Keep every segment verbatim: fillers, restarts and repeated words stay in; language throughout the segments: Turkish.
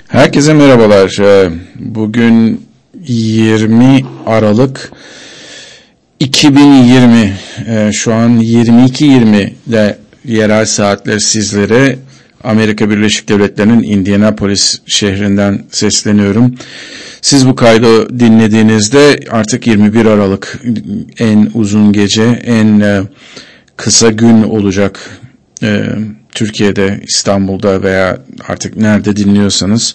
Herkese merhabalar. Bugün yirmi Aralık iki bin yirmi. Şu an yirmi iki yirmi'de yerel saatler sizlere Amerika Birleşik Devletleri'nin Indianapolis şehrinden sesleniyorum. Siz bu kaydı dinlediğinizde artık yirmi bir Aralık en uzun gece, en kısa gün olacak. Türkiye'de, İstanbul'da veya artık nerede dinliyorsanız.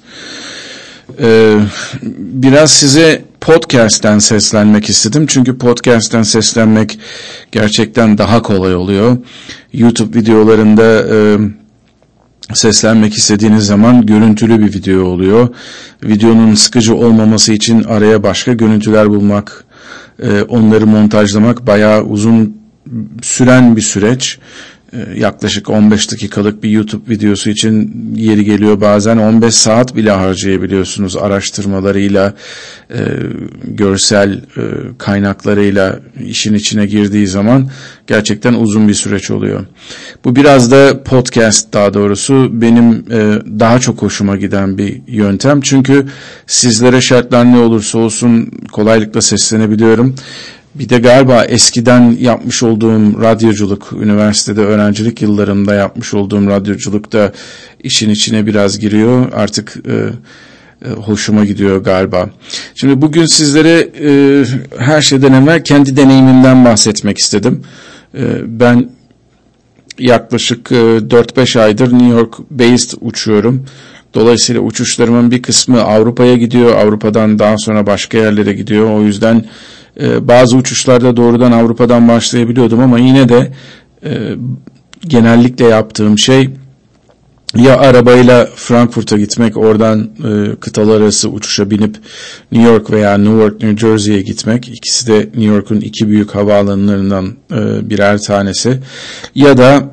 Ee, biraz size podcast'ten seslenmek istedim. Çünkü podcast'ten seslenmek gerçekten daha kolay oluyor. YouTube videolarında e, seslenmek istediğiniz zaman görüntülü bir video oluyor. Videonun sıkıcı olmaması için araya başka görüntüler bulmak, e, onları montajlamak bayağı uzun süren bir süreç. Yaklaşık on beş dakikalık bir YouTube videosu için yeri geliyor bazen on beş saat bile harcayabiliyorsunuz araştırmalarıyla, e, görsel e, kaynaklarıyla işin içine girdiği zaman gerçekten uzun bir süreç oluyor. Bu biraz da podcast, daha doğrusu benim e, daha çok hoşuma giden bir yöntem. Çünkü sizlere şartlar ne olursa olsun kolaylıkla seslenebiliyorum. Bir de galiba eskiden yapmış olduğum radyoculuk, üniversitede öğrencilik yıllarımda yapmış olduğum radyoculuk da işin içine biraz giriyor. Artık e, e, hoşuma gidiyor galiba. Şimdi bugün sizlere e, her şeyden evvel kendi deneyimimden bahsetmek istedim. E, ben yaklaşık e, dört beş aydır New York based uçuyorum. Dolayısıyla uçuşlarımın bir kısmı Avrupa'ya gidiyor. Avrupa'dan daha sonra başka yerlere gidiyor. O yüzden Ee, bazı uçuşlarda doğrudan Avrupa'dan başlayabiliyordum ama yine de e, genellikle yaptığım şey ya arabayla Frankfurt'a gitmek, oradan e, kıtalar arası uçuşa binip New York veya Newark, New Jersey'ye gitmek. İkisi de New York'un iki büyük havaalanlarından e, birer tanesi. Ya da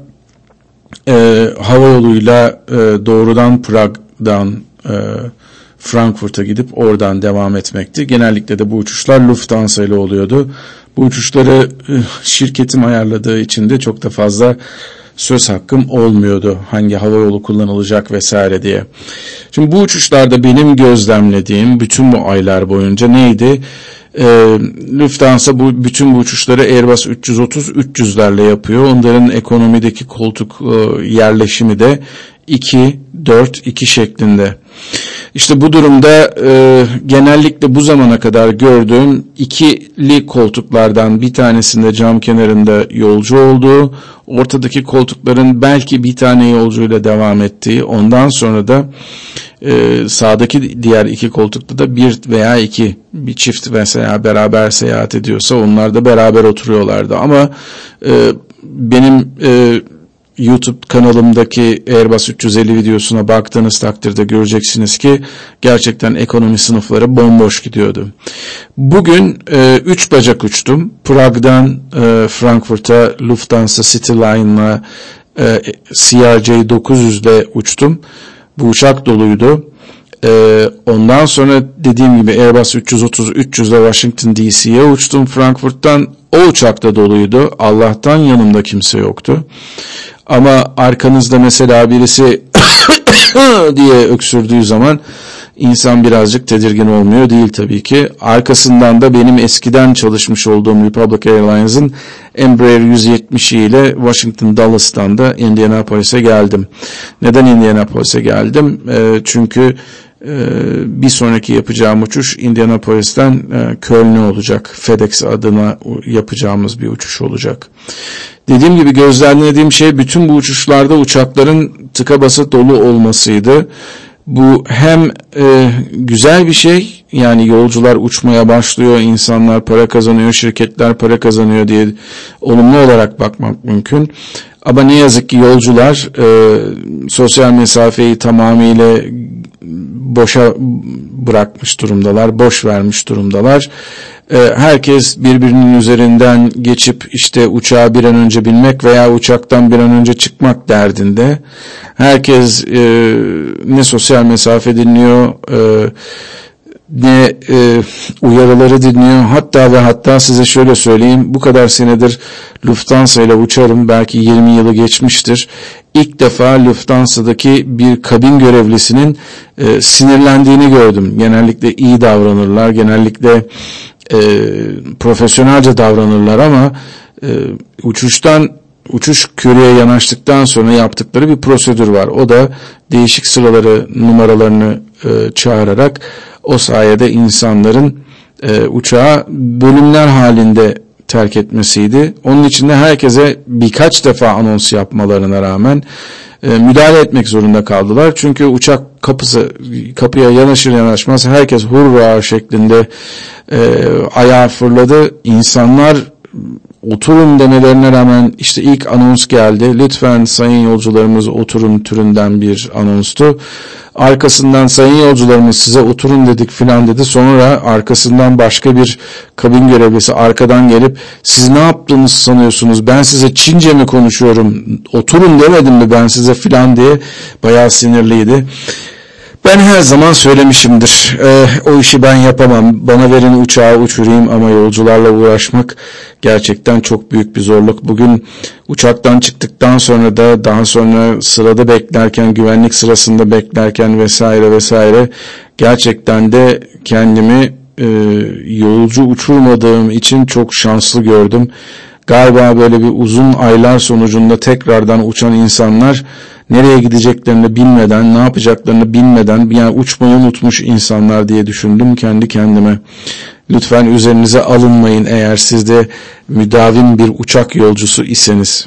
e, havayoluyla e, doğrudan Prag'dan e, Frankfurt'a gidip oradan devam etmekti. Genellikle de bu uçuşlar Lufthansa ile oluyordu. Bu uçuşları şirketim ayarladığı için de çok da fazla söz hakkım olmuyordu. Hangi havayolu kullanılacak vesaire diye. Şimdi bu uçuşlarda benim gözlemlediğim bütün bu aylar boyunca neydi? E, Lufthansa bu bütün bu uçuşları Airbus üç yüz otuz üç yüzlerle yapıyor. Onların ekonomideki koltuk e, yerleşimi de iki dört iki şeklinde. İşte bu durumda e, genellikle bu zamana kadar gördüğüm ikili koltuklardan bir tanesinde cam kenarında yolcu olduğu, ortadaki koltukların belki bir tane yolcuyla devam ettiği, ondan sonra da e, sağdaki diğer iki koltukta da bir veya iki, bir çift mesela beraber seyahat ediyorsa onlar da beraber oturuyorlardı. Ama e, benim e, YouTube kanalımdaki Airbus üç yüz elli videosuna baktığınız takdirde göreceksiniz ki gerçekten ekonomi sınıfları bomboş gidiyordu. Bugün e, üç bacak uçtum. Prag'dan e, Frankfurt'a Lufthansa Cityline'la e, C R J dokuz yüz'le uçtum. Bu uçak doluydu. E, ondan sonra dediğim gibi Airbus üç yüz otuz üç yüz'le Washington D C'ye uçtum Frankfurt'tan. O uçak da doluydu. Allah'tan yanımda kimse yoktu. Ama arkanızda mesela birisi diye öksürdüğü zaman insan birazcık tedirgin olmuyor değil tabii ki. Arkasından da benim eskiden çalışmış olduğum Republic Airlines'ın Embraer yüz yetmiş ile Washington Dullas'tan da Indianapolis'e geldim. Neden Indianapolis'e geldim? E, çünkü e, bir sonraki yapacağım uçuş Indianapolis'ten e, Köln'e olacak. FedEx adına yapacağımız bir uçuş olacak. Dediğim gibi gözlemlediğim şey bütün bu uçuşlarda uçakların tıka basa dolu olmasıydı. Bu hem e, güzel bir şey, yani yolcular uçmaya başlıyor, insanlar para kazanıyor, şirketler para kazanıyor diye olumlu olarak bakmak mümkün. Ama ne yazık ki yolcular e, sosyal mesafeyi tamamıyla boşa bırakmış durumdalar, boş vermiş durumdalar. Herkes birbirinin üzerinden geçip işte uçağa bir an önce binmek veya uçaktan bir an önce çıkmak derdinde. Herkes e, ne sosyal mesafe dinliyor, e, ne e, uyarıları dinliyor. Hatta ve hatta size şöyle söyleyeyim, bu kadar senedir Lufthansa ile uçarım, belki yirmi yılı geçmiştir. İlk defa Lufthansa'daki bir kabin görevlisinin e, sinirlendiğini gördüm. Genellikle iyi davranırlar, genellikle e, profesyonelce davranırlar ama e, uçuştan uçuş körüye yanaştıktan sonra yaptıkları bir prosedür var. O da değişik sıraları, numaralarını e, çağırarak o sayede insanların e, uçağı bölümler halinde terk etmesiydi. Onun için de herkese birkaç defa anons yapmalarına rağmen e, müdahale etmek zorunda kaldılar. Çünkü uçak kapısı kapıya yanaşır yanaşmaz herkes hurra şeklinde e, ayağa fırladı. İnsanlar oturun demelerine rağmen işte ilk anons geldi. Lütfen sayın yolcularımız oturun türünden bir anonstu. Arkasından sayın yolcularımız size oturun dedik filan dedi. Sonra arkasından başka bir kabin görevlisi arkadan gelip siz ne yaptığınızı sanıyorsunuz? Ben size Çince mi konuşuyorum? Oturun demedim mi ben size filan diye bayağı sinirliydi. Ben her zaman söylemişimdir, e, o işi ben yapamam, bana verin uçağı uçurayım ama yolcularla uğraşmak gerçekten çok büyük bir zorluk. Bugün uçaktan çıktıktan sonra da daha sonra sırada beklerken, güvenlik sırasında beklerken vesaire vesaire gerçekten de kendimi e, yolcu uçurmadığım için çok şanslı gördüm. Galiba böyle bir uzun aylar sonucunda tekrardan uçan insanlar nereye gideceklerini bilmeden, ne yapacaklarını bilmeden yani uçmayı unutmuş insanlar diye düşündüm kendi kendime. Lütfen üzerinize alınmayın eğer siz de müdavim bir uçak yolcusu iseniz.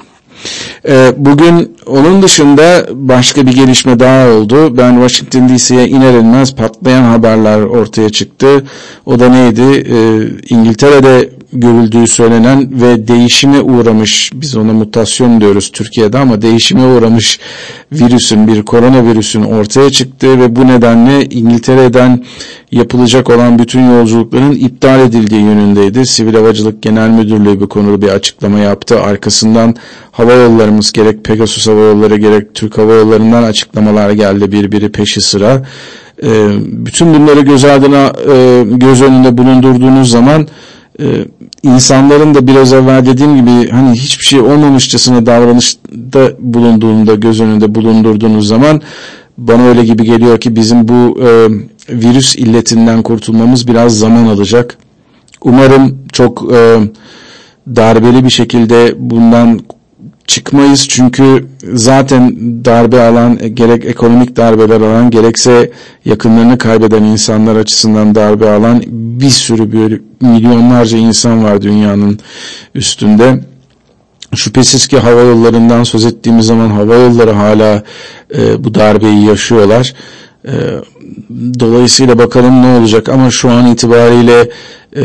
Bugün onun dışında başka bir gelişme daha oldu. Ben Washington D C'ye iner inmez patlayan haberler ortaya çıktı. O da neydi? İngiltere'de görüldüğü söylenen ve değişime uğramış, biz ona mutasyon diyoruz Türkiye'de ama değişime uğramış virüsün, bir koronavirüsün ortaya çıktığı ve bu nedenle İngiltere'den yapılacak olan bütün yolculukların iptal edildiği yönündeydi. Sivil Havacılık Genel Müdürlüğü bu konuda bir açıklama yaptı. Arkasından hava yollarımız gerek Pegasus Hava Yolları gerek Türk Hava Yolları'ndan açıklamalar geldi birbiri peşi sıra. Bütün bunları göz ardına, göz önünde bulundurduğunuz zaman Ee, insanların da biraz evvel dediğim gibi hani hiçbir şey olmamışçasına davranışta bulunduğunda göz önünde bulundurduğunuz zaman bana öyle gibi geliyor ki bizim bu e, virüs illetinden kurtulmamız biraz zaman alacak. Umarım çok e, darbeli bir şekilde bundan çıkmayız çünkü zaten darbe alan gerek ekonomik darbeler alan gerekse yakınlarını kaybeden insanlar açısından darbe alan bir sürü böyle milyonlarca insan var dünyanın üstünde. Şüphesiz ki hava yollarından söz ettiğimiz zaman hava yolları hala e, bu darbeyi yaşıyorlar. E, dolayısıyla bakalım ne olacak ama şu an itibariyle e,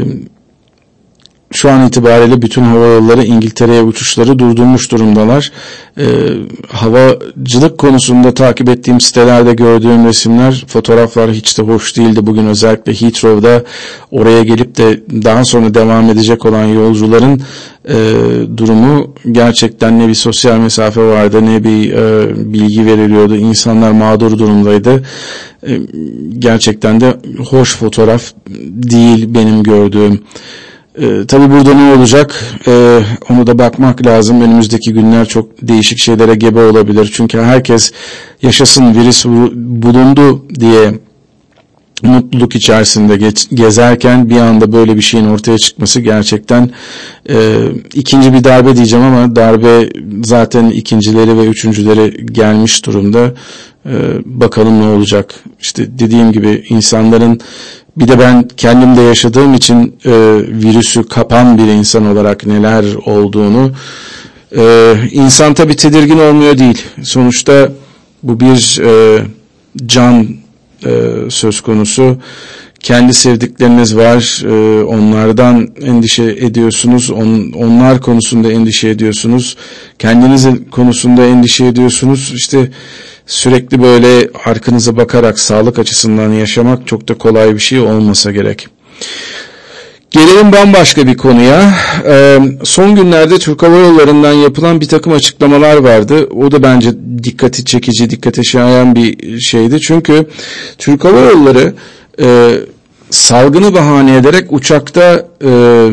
Şu an itibariyle bütün hava yolları İngiltere'ye uçuşları durdurmuş durumdalar. Ee, havacılık konusunda takip ettiğim sitelerde gördüğüm resimler, fotoğraflar hiç de hoş değildi. Bugün özellikle Heathrow'da oraya gelip de daha sonra devam edecek olan yolcuların e, durumu gerçekten ne bir sosyal mesafe vardı ne bir e, bilgi veriliyordu. İnsanlar mağdur durumdaydı. E, gerçekten de hoş fotoğraf değil benim gördüğüm. Ee, tabii burada ne olacak? Ee, onu da bakmak lazım. Önümüzdeki günler çok değişik şeylere gebe olabilir. Çünkü herkes yaşasın virüs bulundu diye mutluluk içerisinde geç, gezerken bir anda böyle bir şeyin ortaya çıkması gerçekten e, ikinci bir darbe diyeceğim ama darbe zaten ikincileri ve üçüncüleri gelmiş durumda. Ee, bakalım ne olacak? İşte dediğim gibi insanların bir de ben kendim de yaşadığım için e, virüsü kapan bir insan olarak neler olduğunu e, insan tabii tedirgin olmuyor değil. Sonuçta bu bir e, can e, söz konusu. Kendi sevdikleriniz var. E, onlardan endişe ediyorsunuz. On, onlar konusunda endişe ediyorsunuz. Kendiniz konusunda endişe ediyorsunuz. İşte sürekli böyle arkanıza bakarak sağlık açısından yaşamak çok da kolay bir şey olmasa gerek. Gelelim bambaşka bir konuya. Ee, son günlerde Türk Hava Yolları'ndan yapılan bir takım açıklamalar vardı. O da bence dikkati çekici, dikkate şayan bir şeydi. Çünkü Türk Hava Yolları e, salgını bahane ederek uçakta e,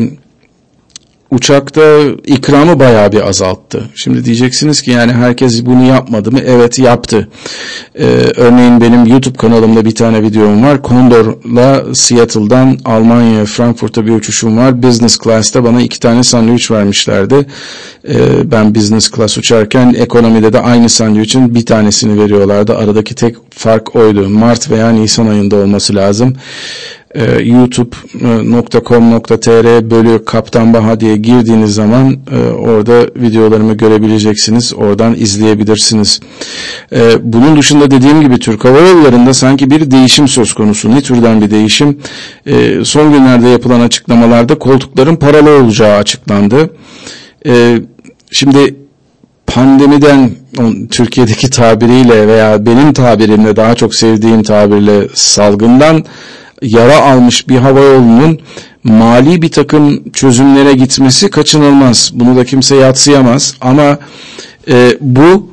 uçakta ikramı bayağı bir azalttı. Şimdi diyeceksiniz ki yani herkes bunu yapmadı mı? Evet, yaptı. Ee, örneğin benim YouTube kanalımda bir tane videom var. Condor'la Seattle'dan Almanya'ya, Frankfurt'a bir uçuşum var. Business class'ta bana iki tane sandviç vermişlerdi. Ee, ben business class uçarken ekonomide de aynı sandviçin bir tanesini veriyorlardı. Aradaki tek fark oydu. Mart veya Nisan ayında olması lazım. youtube nokta com nokta tr bölü Kaptan Baha diye girdiğiniz zaman e, orada videolarımı görebileceksiniz. Oradan izleyebilirsiniz. E, bunun dışında dediğim gibi Türk Hava Yolları'nda sanki bir değişim söz konusu. Ne türden bir değişim? E, son günlerde yapılan açıklamalarda koltukların paralı olacağı açıklandı. E, şimdi pandemiden, Türkiye'deki tabiriyle veya benim tabirimle, daha çok sevdiğim tabirle, salgından yara almış bir havayolunun mali bir takım çözümlere gitmesi kaçınılmaz. Bunu da kimse yadsıyamaz. Ama e, bu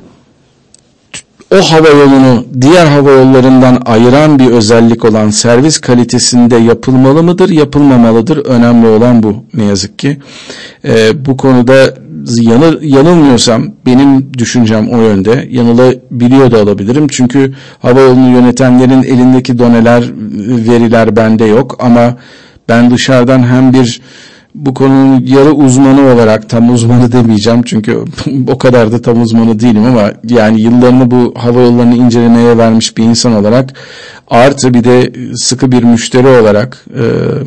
o havayolunu diğer havayollarından ayıran bir özellik olan servis kalitesinde yapılmalı mıdır, yapılmamalıdır? Önemli olan bu, ne yazık ki. E, bu konuda yanı, yanılmıyorsam benim düşüncem o yönde. Yanılabiliyor da olabilirim. Çünkü havayolunu yönetenlerin elindeki doneler, veriler bende yok. Ama ben dışarıdan hem bir bu konunun yarı uzmanı olarak, tam uzmanı demeyeceğim çünkü o kadar da tam uzmanı değilim, ama yani yıllarını bu havayollarını incelemeye vermiş bir insan olarak, artı bir de sıkı bir müşteri olarak e,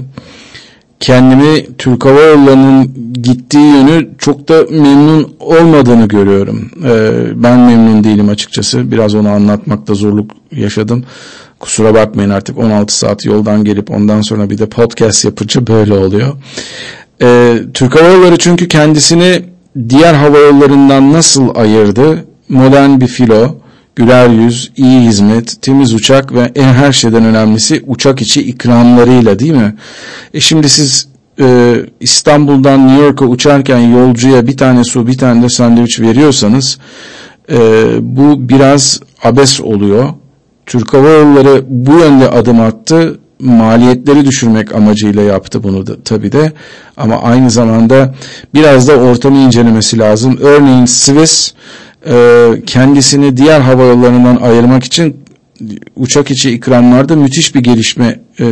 kendimi Türk Hava Yolları'nın gittiği yönü çok da memnun olmadığını görüyorum. E, ben memnun değilim açıkçası. Biraz onu anlatmakta zorluk yaşadım. Kusura bakmayın, artık on altı saat yoldan gelip ondan sonra bir de podcast yapınca böyle oluyor. Ee, Türk Hava Yolları çünkü kendisini diğer hava yollarından nasıl ayırdı? Modern bir filo, güler yüz, iyi hizmet, temiz uçak ve en her şeyden önemlisi uçak içi ikramlarıyla, değil mi? E şimdi siz e, İstanbul'dan New York'a uçarken yolcuya bir tane su, bir tane de sandviç veriyorsanız e, bu biraz abes oluyor. Türk Hava Yolları bu yönde adım attı. Maliyetleri düşürmek amacıyla yaptı bunu da tabii de. Ama aynı zamanda biraz da ortamı incelemesi lazım. Örneğin Swiss e, kendisini diğer hava yollarından ayırmak için uçak içi ikramlarda müthiş bir gelişme e,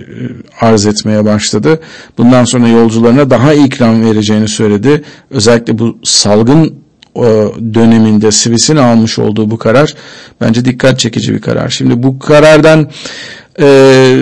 arz etmeye başladı. Bundan sonra yolcularına daha iyi ikram vereceğini söyledi. Özellikle bu salgın döneminde Swiss'in almış olduğu bu karar bence dikkat çekici bir karar. Şimdi bu karardan e,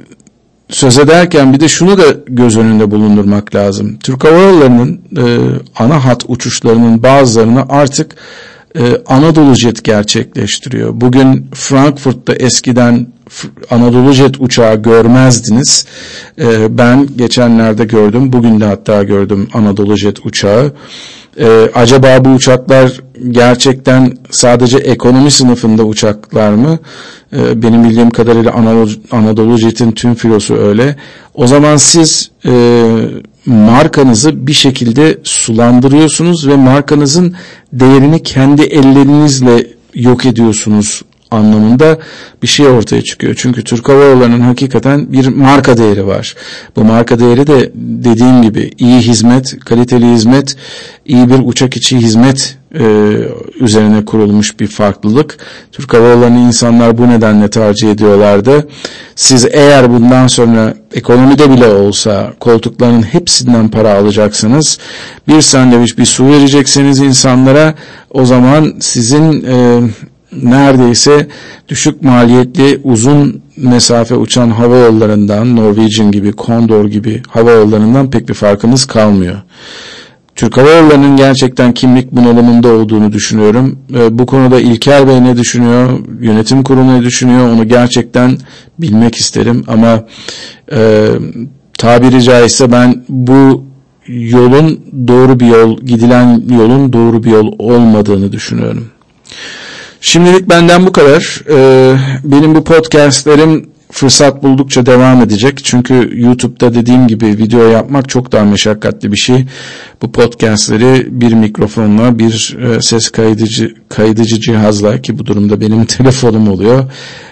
söz ederken bir de şunu da göz önünde bulundurmak lazım. Türk Hava Yolları'nın e, ana hat uçuşlarının bazılarını artık e, Anadolu Jet gerçekleştiriyor. Bugün Frankfurt'ta eskiden Anadolu Jet uçağı görmezdiniz. E, ben geçenlerde gördüm. Bugün de hatta gördüm Anadolu Jet uçağı. Ee, acaba bu uçaklar gerçekten sadece ekonomi sınıfında uçaklar mı? Ee, benim bildiğim kadarıyla Anadolu, Anadolu Jet'in tüm filosu öyle. O zaman siz e, markanızı bir şekilde sulandırıyorsunuz ve markanızın değerini kendi ellerinizle yok ediyorsunuz anlamında bir şey ortaya çıkıyor. Çünkü Türk Hava Yolları'nın hakikaten bir marka değeri var. Bu marka değeri de dediğim gibi iyi hizmet, kaliteli hizmet, iyi bir uçak içi hizmet e, üzerine kurulmuş bir farklılık. Türk Hava Yolları'nı insanlar bu nedenle tercih ediyorlardı. Siz eğer bundan sonra ekonomide bile olsa koltukların hepsinden para alacaksınız, bir sandviç, bir su verecekseniz insanlara, o zaman sizin e, neredeyse düşük maliyetli uzun mesafe uçan hava yollarından, Norwegian gibi, Condor gibi hava yollarından pek bir farkınız kalmıyor. Türk Hava Yolları'nın gerçekten kimlik bunalımında olduğunu düşünüyorum. E, bu konuda İlker Bey ne düşünüyor, yönetim kurulu ne düşünüyor, onu gerçekten bilmek isterim. Ama e, tabiri caizse ben bu yolun doğru bir yol, gidilen yolun doğru bir yol olmadığını düşünüyorum. Şimdilik benden bu kadar. Ee, benim bu podcastlerim fırsat buldukça devam edecek. Çünkü YouTube'da dediğim gibi video yapmak çok daha meşakkatli bir şey. Bu podcastleri bir mikrofonla, bir e, ses kaydedici, kaydedici cihazla, ki bu durumda benim telefonum oluyor,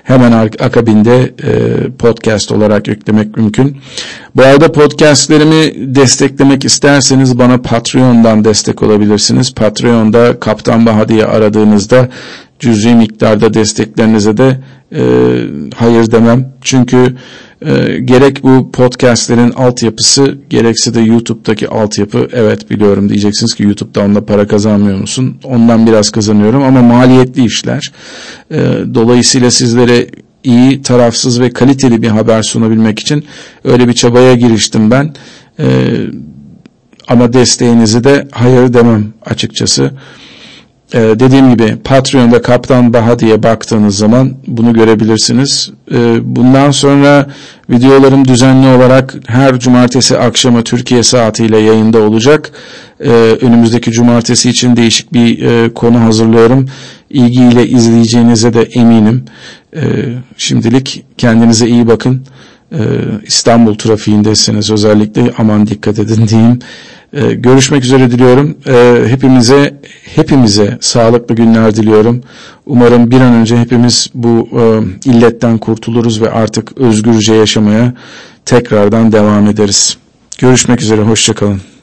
hemen akabinde podcast olarak yüklemek mümkün. Bu arada podcastlerimi desteklemek isterseniz bana Patreon'dan destek olabilirsiniz. Patreon'da Kaptan Baha diye aradığınızda cüzi miktarda desteklerinize de e, hayır demem. Çünkü e, gerek bu podcastlerin altyapısı gerekse de YouTube'daki altyapı, evet biliyorum diyeceksiniz ki YouTube'da onunla para kazanmıyor musun? Ondan biraz kazanıyorum ama maliyetli işler. E, dolayısıyla sizlere iyi, tarafsız ve kaliteli bir haber sunabilmek için öyle bir çabaya giriştim ben. E, ama desteğinizi de hayır demem açıkçası. Ee, dediğim gibi Patreon'da Kaptan Baha diye baktığınız zaman bunu görebilirsiniz. Ee, bundan sonra videolarım düzenli olarak her cumartesi akşamı Türkiye saatiyle yayında olacak. Ee, önümüzdeki cumartesi için değişik bir e, konu hazırlıyorum. İlgiyle izleyeceğinize de eminim. Ee, şimdilik kendinize iyi bakın. Ee, İstanbul trafiğindeyseniz özellikle aman dikkat edin diyeyim. Ee, görüşmek üzere diliyorum. Ee, hepimize hepimize sağlıklı günler diliyorum. Umarım bir an önce hepimiz bu e, illetten kurtuluruz ve artık özgürce yaşamaya tekrardan devam ederiz. Görüşmek üzere, hoşça kalın.